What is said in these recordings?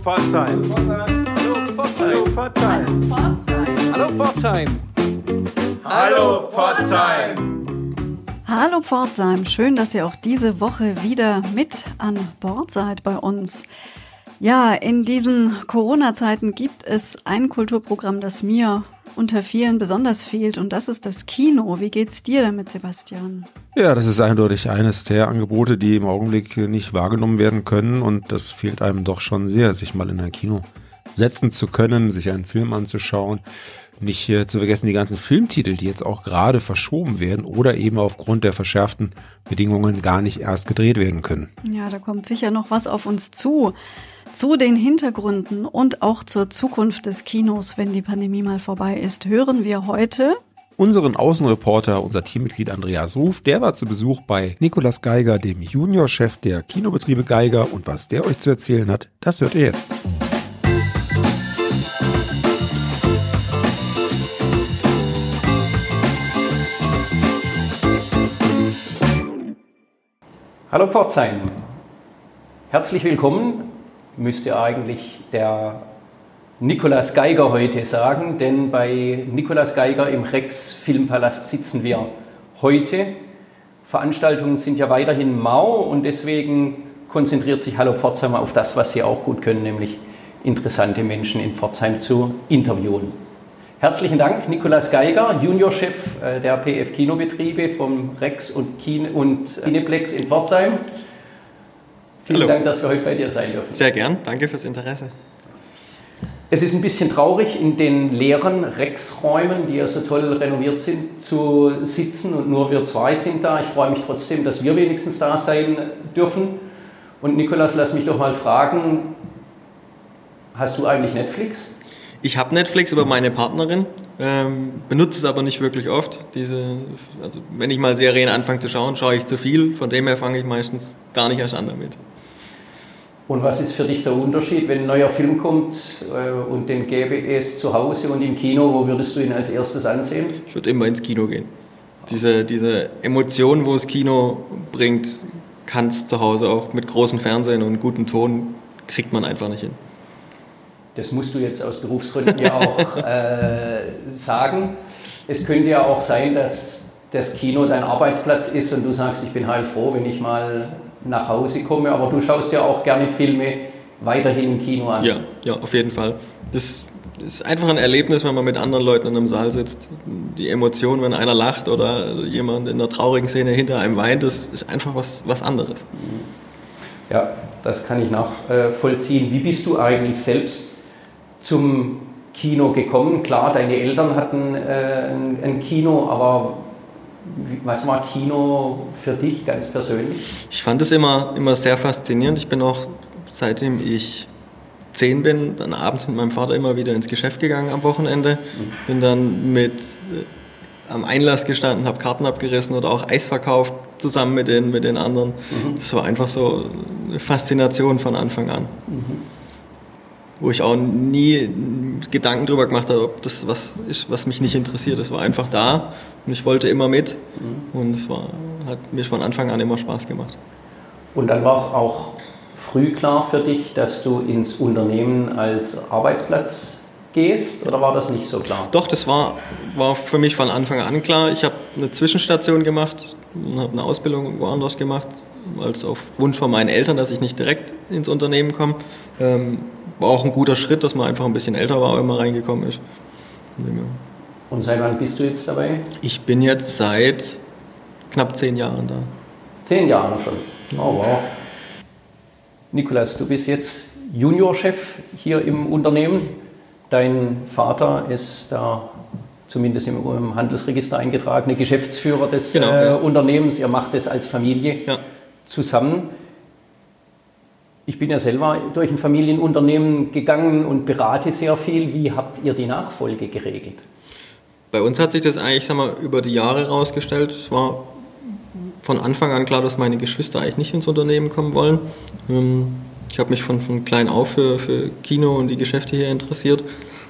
Pforzheim. Hallo Pforzheim. Hallo Pforzheim. Hallo Pforzheim. Hallo Pforzheim, schön, dass ihr auch diese Woche wieder mit an Bord seid bei uns. Ja, in diesen Corona-Zeiten gibt es ein Kulturprogramm, das mir unter vielen besonders fehlt, und das ist das Kino. Wie geht's dir damit, Sebastian? Ja, das ist eindeutig eines der Angebote, die im Augenblick nicht wahrgenommen werden können, und das fehlt einem doch schon sehr, sich mal in ein Kino setzen zu können, sich einen Film anzuschauen. Nicht zu vergessen die ganzen Filmtitel, die jetzt auch gerade verschoben werden oder eben aufgrund der verschärften Bedingungen gar nicht erst gedreht werden können. Ja, da kommt sicher noch was auf uns zu. Zu den Hintergründen und auch zur Zukunft des Kinos, wenn die Pandemie mal vorbei ist, hören wir heute unseren Außenreporter, unser Teammitglied Andreas Ruf. Der war zu Besuch bei Nikolaus Geiger, dem Juniorchef der Kinobetriebe Geiger, und was der euch zu erzählen hat, das hört ihr jetzt. Hallo Pforzheim, herzlich willkommen, müsste eigentlich der Nikolaus Geiger heute sagen, denn bei Nikolaus Geiger im Rex Filmpalast sitzen wir heute. Veranstaltungen sind ja weiterhin mau, und deswegen konzentriert sich Hallo Pforzheim auf das, was sie auch gut können, nämlich interessante Menschen in Pforzheim zu interviewen. Herzlichen Dank, Nikolaus Geiger, Juniorchef der PF Kinobetriebe vom Rex und Cineplex in Pforzheim. Vielen Dank, dass wir heute bei dir sein dürfen. Sehr gern, danke fürs Interesse. Es ist ein bisschen traurig, in den leeren Rex-Räumen, die ja so toll renoviert sind, zu sitzen, und nur wir zwei sind da. Ich freue mich trotzdem, dass wir wenigstens da sein dürfen. Und Nikolaus, lass mich doch mal fragen, hast du eigentlich Netflix? Ich habe Netflix über meine Partnerin, benutze es aber nicht wirklich oft. Also wenn ich mal Serien anfange zu schauen, schaue ich zu viel. Von dem her fange ich meistens gar nicht erst an damit. Und was ist für dich der Unterschied, wenn ein neuer Film kommt und den gäbe es zu Hause und im Kino? Wo würdest du ihn als erstes ansehen? Ich würde immer ins Kino gehen. Diese Emotion, wo das Kino bringt, kann es zu Hause auch mit großem Fernsehen und gutem Ton, kriegt man einfach nicht hin. Das musst du jetzt aus Berufsgründen ja auch sagen. Es könnte ja auch sein, dass das Kino dein Arbeitsplatz ist und du sagst, ich bin heilfroh, wenn ich mal nach Hause komme. Aber du schaust ja auch gerne Filme weiterhin im Kino an. Ja, auf jeden Fall. Das ist einfach ein Erlebnis, wenn man mit anderen Leuten in einem Saal sitzt. Die Emotion, wenn einer lacht oder jemand in einer traurigen Szene hinter einem weint, das ist einfach was anderes. Ja, das kann ich nachvollziehen. Wie bist du eigentlich selbst zum Kino gekommen? Klar, deine Eltern hatten ein Kino, aber was war Kino für dich ganz persönlich? Ich fand es immer sehr faszinierend. Ich bin auch, seitdem ich 10 bin, dann abends mit meinem Vater immer wieder ins Geschäft gegangen am Wochenende. Bin dann am Einlass gestanden, habe Karten abgerissen oder auch Eis verkauft zusammen mit den anderen. Das war einfach so eine Faszination von Anfang an. Wo ich auch nie Gedanken darüber gemacht habe, ob das was ist, was mich nicht interessiert. Es war einfach da und ich wollte immer mit, und hat mir von Anfang an immer Spaß gemacht. Und dann war es auch früh klar für dich, dass du ins Unternehmen als Arbeitsplatz gehst, oder war das nicht so klar? Doch, das war für mich von Anfang an klar. Ich habe eine Zwischenstation gemacht und habe eine Ausbildung woanders gemacht, als auf Wunsch von meinen Eltern, dass ich nicht direkt ins Unternehmen komme. War auch ein guter Schritt, dass man einfach ein bisschen älter war, wenn man reingekommen ist. Und seit wann bist du jetzt dabei? Ich bin jetzt seit knapp 10 Jahren da. 10 Jahre schon? Oh wow. Nikolaus, du bist jetzt Juniorchef hier im Unternehmen. Dein Vater ist da zumindest im Handelsregister eingetragene Geschäftsführer des Unternehmens. Ihr macht es als Familie zusammen. Ich bin ja selber durch ein Familienunternehmen gegangen und berate sehr viel. Wie habt ihr die Nachfolge geregelt? Bei uns hat sich das eigentlich, über die Jahre herausgestellt. Es war von Anfang an klar, dass meine Geschwister eigentlich nicht ins Unternehmen kommen wollen. Ich habe mich von klein auf für Kino und die Geschäfte hier interessiert.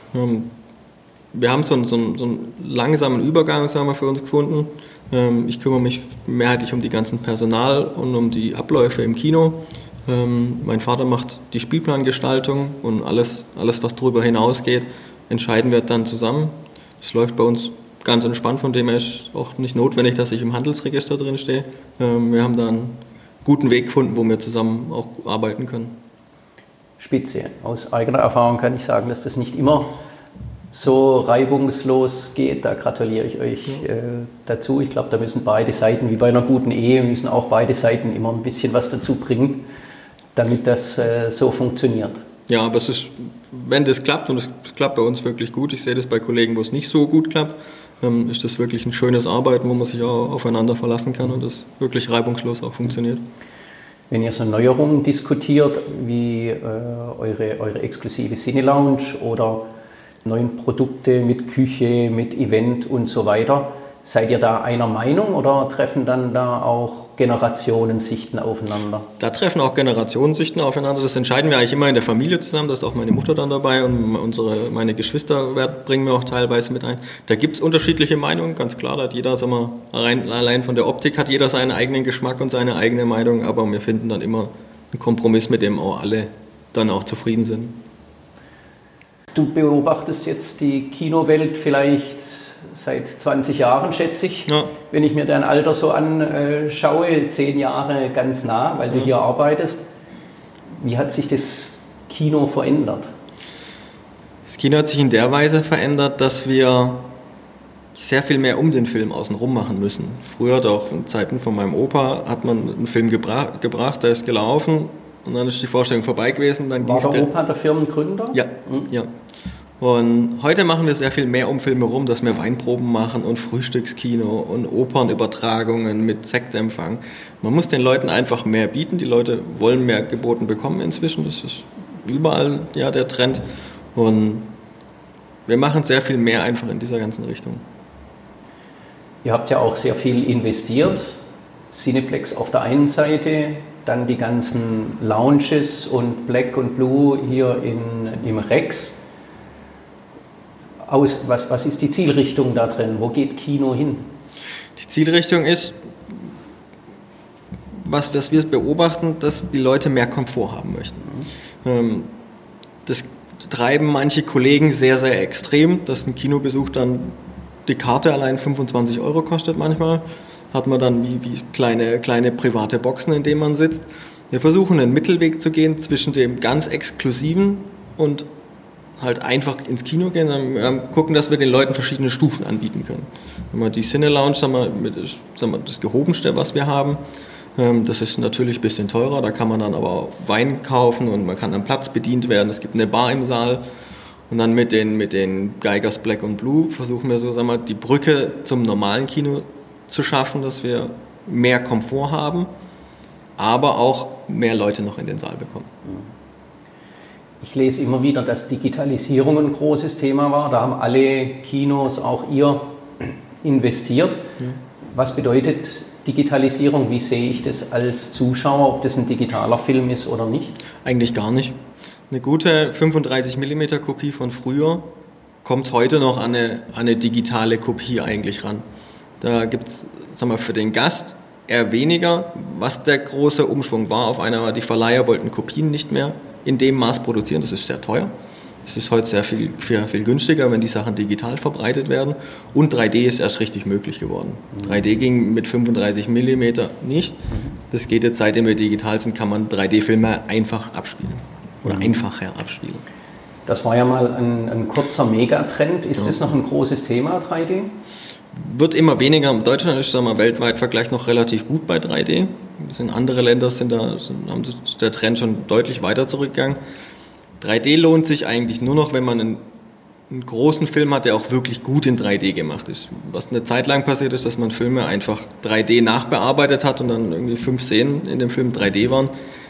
Wir haben so einen langsamen Übergang für uns gefunden. Ich kümmere mich mehrheitlich um die ganzen Personal und um die Abläufe im Kino. Mein Vater macht die Spielplangestaltung und alles, was darüber hinausgeht, entscheiden wir dann zusammen. Das läuft bei uns ganz entspannt, von dem her ist auch nicht notwendig, dass ich im Handelsregister drin stehe. Wir haben da einen guten Weg gefunden, wo wir zusammen auch arbeiten können. Spitze. Aus eigener Erfahrung kann ich sagen, dass das nicht immer so reibungslos geht. Da gratuliere ich euch dazu. Ich glaube, da müssen beide Seiten, wie bei einer guten Ehe, müssen auch beide Seiten immer ein bisschen was dazu bringen, damit das so funktioniert. Ja, aber es ist, wenn das klappt, und es klappt bei uns wirklich gut, ich sehe das bei Kollegen, wo es nicht so gut klappt, ist das wirklich ein schönes Arbeiten, wo man sich auch aufeinander verlassen kann und das wirklich reibungslos auch funktioniert. Wenn ihr so Neuerungen diskutiert, wie eure exklusive Cine-Lounge oder neuen Produkte mit Küche, mit Event und so weiter, seid ihr da einer Meinung oder treffen dann da auch Generationensichten aufeinander? Da treffen auch Generationensichten aufeinander. Das entscheiden wir eigentlich immer in der Familie zusammen. Da ist auch meine Mutter dann dabei und meine Geschwister bringen wir auch teilweise mit ein. Da gibt es unterschiedliche Meinungen, ganz klar. Da hat jeder, sagen wir, allein von der Optik hat jeder seinen eigenen Geschmack und seine eigene Meinung. Aber wir finden dann immer einen Kompromiss, mit dem auch alle dann auch zufrieden sind. Du beobachtest jetzt die Kinowelt vielleicht seit 20 Jahren, schätze ich. Ja. Wenn ich mir dein Alter so anschaue, 10 Jahre ganz nah, weil du hier arbeitest. Wie hat sich das Kino verändert? Das Kino hat sich in der Weise verändert, dass wir sehr viel mehr um den Film außenrum machen müssen. Früher, auch in Zeiten von meinem Opa, hat man einen Film gebracht, der ist gelaufen und dann ist die Vorstellung vorbei gewesen. Dann war der Opa der Firmengründer? Ja, ja. Und heute machen wir sehr viel mehr um Filme rum, dass wir Weinproben machen und Frühstückskino und Opernübertragungen mit Sektempfang. Man muss den Leuten einfach mehr bieten. Die Leute wollen mehr geboten bekommen inzwischen. Das ist überall ja der Trend. Und wir machen sehr viel mehr einfach in dieser ganzen Richtung. Ihr habt ja auch sehr viel investiert. Cineplex auf der einen Seite, dann die ganzen Lounges und Black und Blue hier im Rex. Was ist die Zielrichtung da drin? Wo geht Kino hin? Die Zielrichtung ist, was wir beobachten, dass die Leute mehr Komfort haben möchten. Das treiben manche Kollegen sehr, sehr extrem, dass ein Kinobesuch dann die Karte allein 25 € kostet manchmal. Hat man dann wie kleine private Boxen, in denen man sitzt. Wir versuchen einen Mittelweg zu gehen zwischen dem ganz Exklusiven und halt einfach ins Kino gehen, dann gucken, dass wir den Leuten verschiedene Stufen anbieten können. Wenn wir die Cine Lounge, sagen wir, das gehobenste, was wir haben, das ist natürlich ein bisschen teurer, da kann man dann aber auch Wein kaufen und man kann am Platz bedient werden, es gibt eine Bar im Saal und dann mit den Geigers Black und Blue versuchen wir so, sagen wir, die Brücke zum normalen Kino zu schaffen, dass wir mehr Komfort haben, aber auch mehr Leute noch in den Saal bekommen. Ich lese immer wieder, dass Digitalisierung ein großes Thema war. Da haben alle Kinos, auch ihr, investiert. Ja. Was bedeutet Digitalisierung? Wie sehe ich das als Zuschauer, ob das ein digitaler Film ist oder nicht? Eigentlich gar nicht. Eine gute 35mm Kopie von früher kommt heute noch an eine digitale Kopie eigentlich ran. Da gibt es, sagen wir, für den Gast eher weniger. Was der große Umschwung war, die Verleiher wollten Kopien nicht mehr in dem Maß produzieren, das ist sehr teuer. Es ist heute sehr viel günstiger, wenn die Sachen digital verbreitet werden. Und 3D ist erst richtig möglich geworden. 3D ging mit 35 mm nicht. Das geht jetzt, seitdem wir digital sind, kann man 3D-Filme einfach abspielen. Oder einfacher abspielen. Das war ja mal ein kurzer Megatrend. Ist das noch ein großes Thema, 3D? Wird immer weniger. In Deutschland ist, sagen wir, weltweit Vergleich noch relativ gut bei 3D. In andere Länder haben der Trend schon deutlich weiter zurückgegangen. 3D lohnt sich eigentlich nur noch, wenn man einen großen Film hat, der auch wirklich gut in 3D gemacht ist. Was eine Zeit lang passiert ist, dass man Filme einfach 3D nachbearbeitet hat und dann irgendwie 5 Szenen in dem Film 3D waren.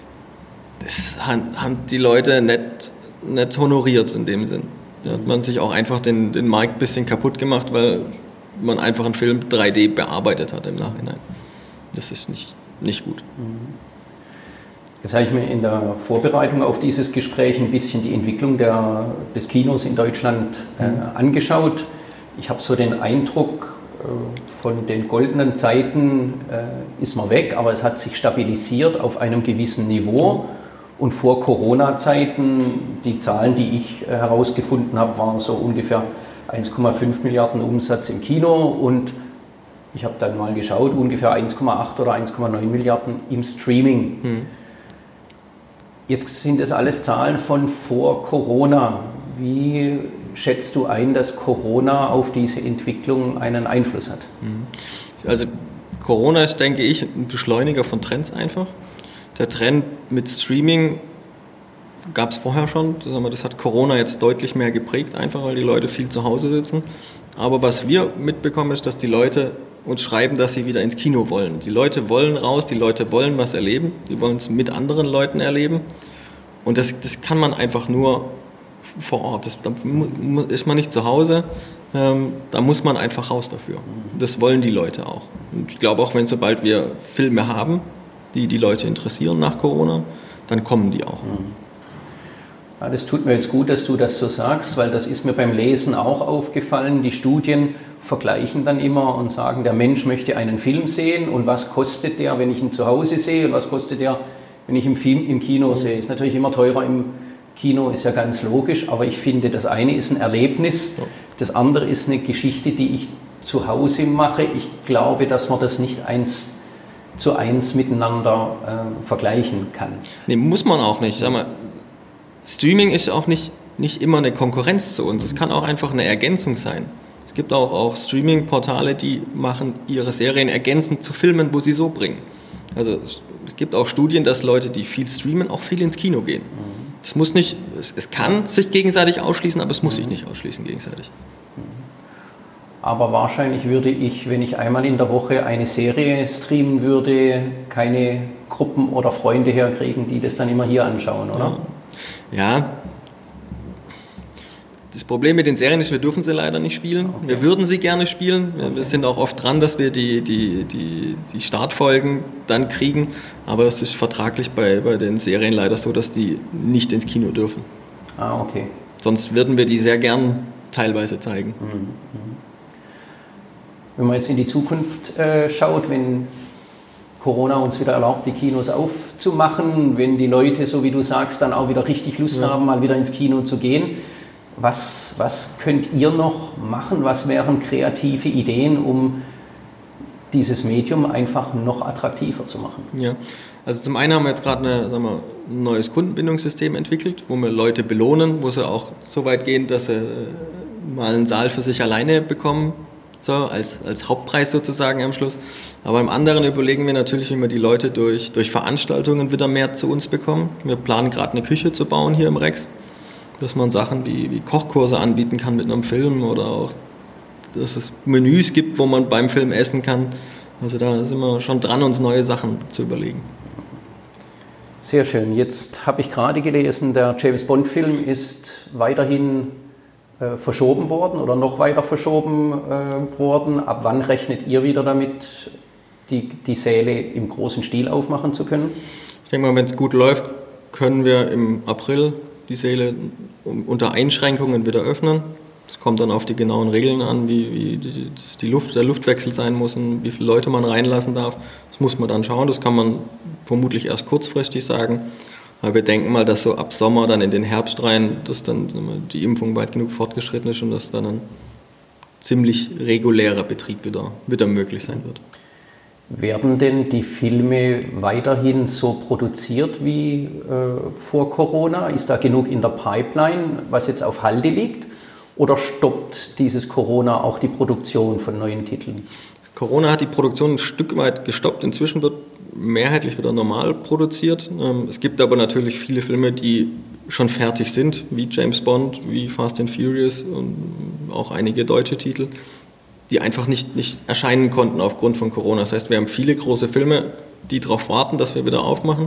Das haben die Leute nicht honoriert in dem Sinn. Da hat man sich auch einfach den Markt ein bisschen kaputt gemacht, weil man einfach einen Film 3D bearbeitet hat im Nachhinein. Das ist nicht gut. Jetzt habe ich mir in der Vorbereitung auf dieses Gespräch ein bisschen die Entwicklung des Kinos in Deutschland angeschaut. Ich habe so den Eindruck, von den goldenen Zeiten ist man weg, aber es hat sich stabilisiert auf einem gewissen Niveau. Und vor Corona-Zeiten, die Zahlen, die ich herausgefunden habe, waren so ungefähr 1,5 Milliarden Umsatz im Kino und ich habe dann mal geschaut, ungefähr 1,8 oder 1,9 Milliarden im Streaming. Jetzt sind es alles Zahlen von vor Corona. Wie schätzt du ein, dass Corona auf diese Entwicklung einen Einfluss hat? Also Corona ist, denke ich, ein Beschleuniger von Trends einfach. Der Trend mit Streaming gab es vorher schon. Das hat Corona jetzt deutlich mehr geprägt, einfach weil die Leute viel zu Hause sitzen. Aber was wir mitbekommen ist, dass die Leute uns schreiben, dass sie wieder ins Kino wollen. Die Leute wollen raus, die Leute wollen was erleben, die wollen es mit anderen Leuten erleben. Und das kann man einfach nur vor Ort. Da ist man nicht zu Hause, da muss man einfach raus dafür. Das wollen die Leute auch. Und ich glaube auch, sobald wir Filme haben, die die Leute interessieren nach Corona, dann kommen die auch. Ja, das tut mir jetzt gut, dass du das so sagst, weil das ist mir beim Lesen auch aufgefallen. Die Studien vergleichen dann immer und sagen, der Mensch möchte einen Film sehen und was kostet der, wenn ich ihn zu Hause sehe und was kostet der, wenn ich ihn im Kino sehe. Ist natürlich immer teurer im Kino, ist ja ganz logisch, aber ich finde, das eine ist ein Erlebnis, das andere ist eine Geschichte, die ich zu Hause mache. Ich glaube, dass man das nicht 1:1 miteinander vergleichen kann. Nee, muss man auch nicht. Sag mal, Streaming ist auch nicht immer eine Konkurrenz zu uns. Es kann auch einfach eine Ergänzung sein. Es gibt auch Streaming-Portale, die machen ihre Serien ergänzend zu Filmen, wo sie so bringen. Also es gibt auch Studien, dass Leute, die viel streamen, auch viel ins Kino gehen. Das muss nicht, es kann sich gegenseitig ausschließen, aber es muss sich nicht ausschließen gegenseitig. Aber wahrscheinlich würde ich, wenn ich einmal in der Woche eine Serie streamen würde, keine Gruppen oder Freunde herkriegen, die das dann immer hier anschauen, oder? Ja. Das Problem mit den Serien ist, wir dürfen sie leider nicht spielen. Okay. Wir würden sie gerne spielen. Okay. Wir sind auch oft dran, dass wir die Startfolgen dann kriegen. Aber es ist vertraglich bei den Serien leider so, dass die nicht ins Kino dürfen. Ah, okay. Sonst würden wir die sehr gern teilweise zeigen. Wenn man jetzt in die Zukunft schaut, wenn Corona uns wieder erlaubt, die Kinos aufzumachen, wenn die Leute, so wie du sagst, dann auch wieder richtig Lust haben, mal wieder ins Kino zu gehen, was könnt ihr noch machen? Was wären kreative Ideen, um dieses Medium einfach noch attraktiver zu machen? Ja, also zum einen haben wir jetzt gerade ein neues Kundenbindungssystem entwickelt, wo wir Leute belohnen, wo sie auch so weit gehen, dass sie mal einen Saal für sich alleine bekommen, so als Hauptpreis sozusagen am Schluss. Aber im anderen überlegen wir natürlich, wie wir die Leute durch Veranstaltungen wieder mehr zu uns bekommen. Wir planen gerade eine Küche zu bauen hier im Rex, dass man Sachen wie Kochkurse anbieten kann mit einem Film oder auch, dass es Menüs gibt, wo man beim Film essen kann. Also da sind wir schon dran, uns neue Sachen zu überlegen. Sehr schön. Jetzt habe ich gerade gelesen, der James-Bond-Film ist weiterhin verschoben worden oder noch weiter verschoben worden. Ab wann rechnet ihr wieder damit, die Säle im großen Stil aufmachen zu können? Ich denke mal, wenn es gut läuft, können wir im April die Säle unter Einschränkungen wieder öffnen. Es kommt dann auf die genauen Regeln an, wie der Luftwechsel sein muss und wie viele Leute man reinlassen darf. Das muss man dann schauen. Das kann man vermutlich erst kurzfristig sagen. Aber wir denken mal, dass so ab Sommer dann in den Herbst rein, dass dann die Impfung weit genug fortgeschritten ist und dass dann ein ziemlich regulärer Betrieb wieder möglich sein wird. Werden denn die Filme weiterhin so produziert wie vor Corona? Ist da genug in der Pipeline, was jetzt auf Halde liegt? Oder stoppt dieses Corona auch die Produktion von neuen Titeln? Corona hat die Produktion ein Stück weit gestoppt. Inzwischen wird mehrheitlich wieder normal produziert. Es gibt aber natürlich viele Filme, die schon fertig sind, wie James Bond, wie Fast and Furious und auch einige deutsche Titel, die einfach nicht erscheinen konnten aufgrund von Corona. Das heißt, wir haben viele große Filme, die darauf warten, dass wir wieder aufmachen.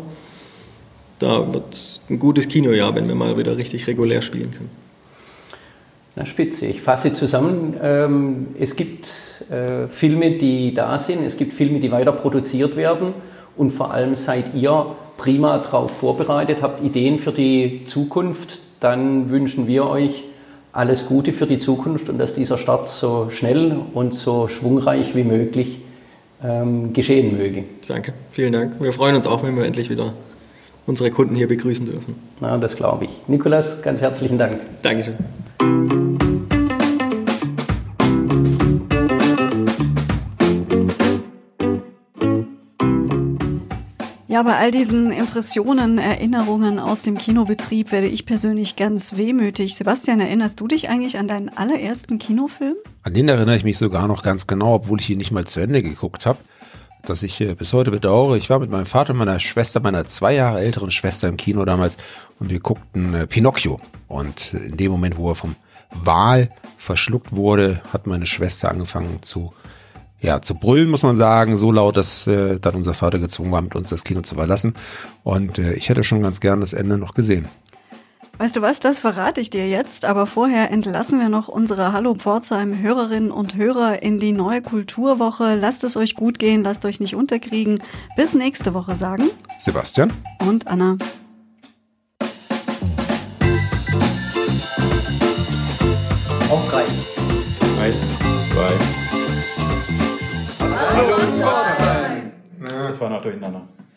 Da wird ein gutes Kinojahr, wenn wir mal wieder richtig regulär spielen können. Na, spitze. Ich fasse zusammen. Es gibt Filme, die da sind, es gibt Filme, die weiter produziert werden und vor allem seid ihr prima darauf vorbereitet, habt Ideen für die Zukunft. Dann wünschen wir euch alles Gute für die Zukunft und dass dieser Start so schnell und so schwungreich wie möglich geschehen möge. Danke, vielen Dank. Wir freuen uns auch, wenn wir endlich wieder unsere Kunden hier begrüßen dürfen. Na, das glaube ich. Nikolaus, ganz herzlichen Dank. Dankeschön. Ja, bei all diesen Impressionen, Erinnerungen aus dem Kinobetrieb werde ich persönlich ganz wehmütig. Sebastian, erinnerst du dich eigentlich an deinen allerersten Kinofilm? An den erinnere ich mich sogar noch ganz genau, obwohl ich ihn nicht mal zu Ende geguckt habe. Dass ich bis heute bedauere. Ich war mit meinem Vater und meiner Schwester, meiner 2 Jahre älteren Schwester im Kino damals und wir guckten Pinocchio. Und in dem Moment, wo er vom Wal verschluckt wurde, hat meine Schwester angefangen zu brüllen, muss man sagen, so laut, dass dann unser Vater gezwungen war, mit uns das Kino zu verlassen. Und ich hätte schon ganz gern das Ende noch gesehen. Weißt du was, das verrate ich dir jetzt, aber vorher entlassen wir noch unsere Hallo Pforzheim Hörerinnen und Hörer in die neue Kulturwoche. Lasst es euch gut gehen, lasst euch nicht unterkriegen. Bis nächste Woche sagen Sebastian und Anna. Auf 3. 1, 2. Hallo Pforzheim! Das war noch durcheinander.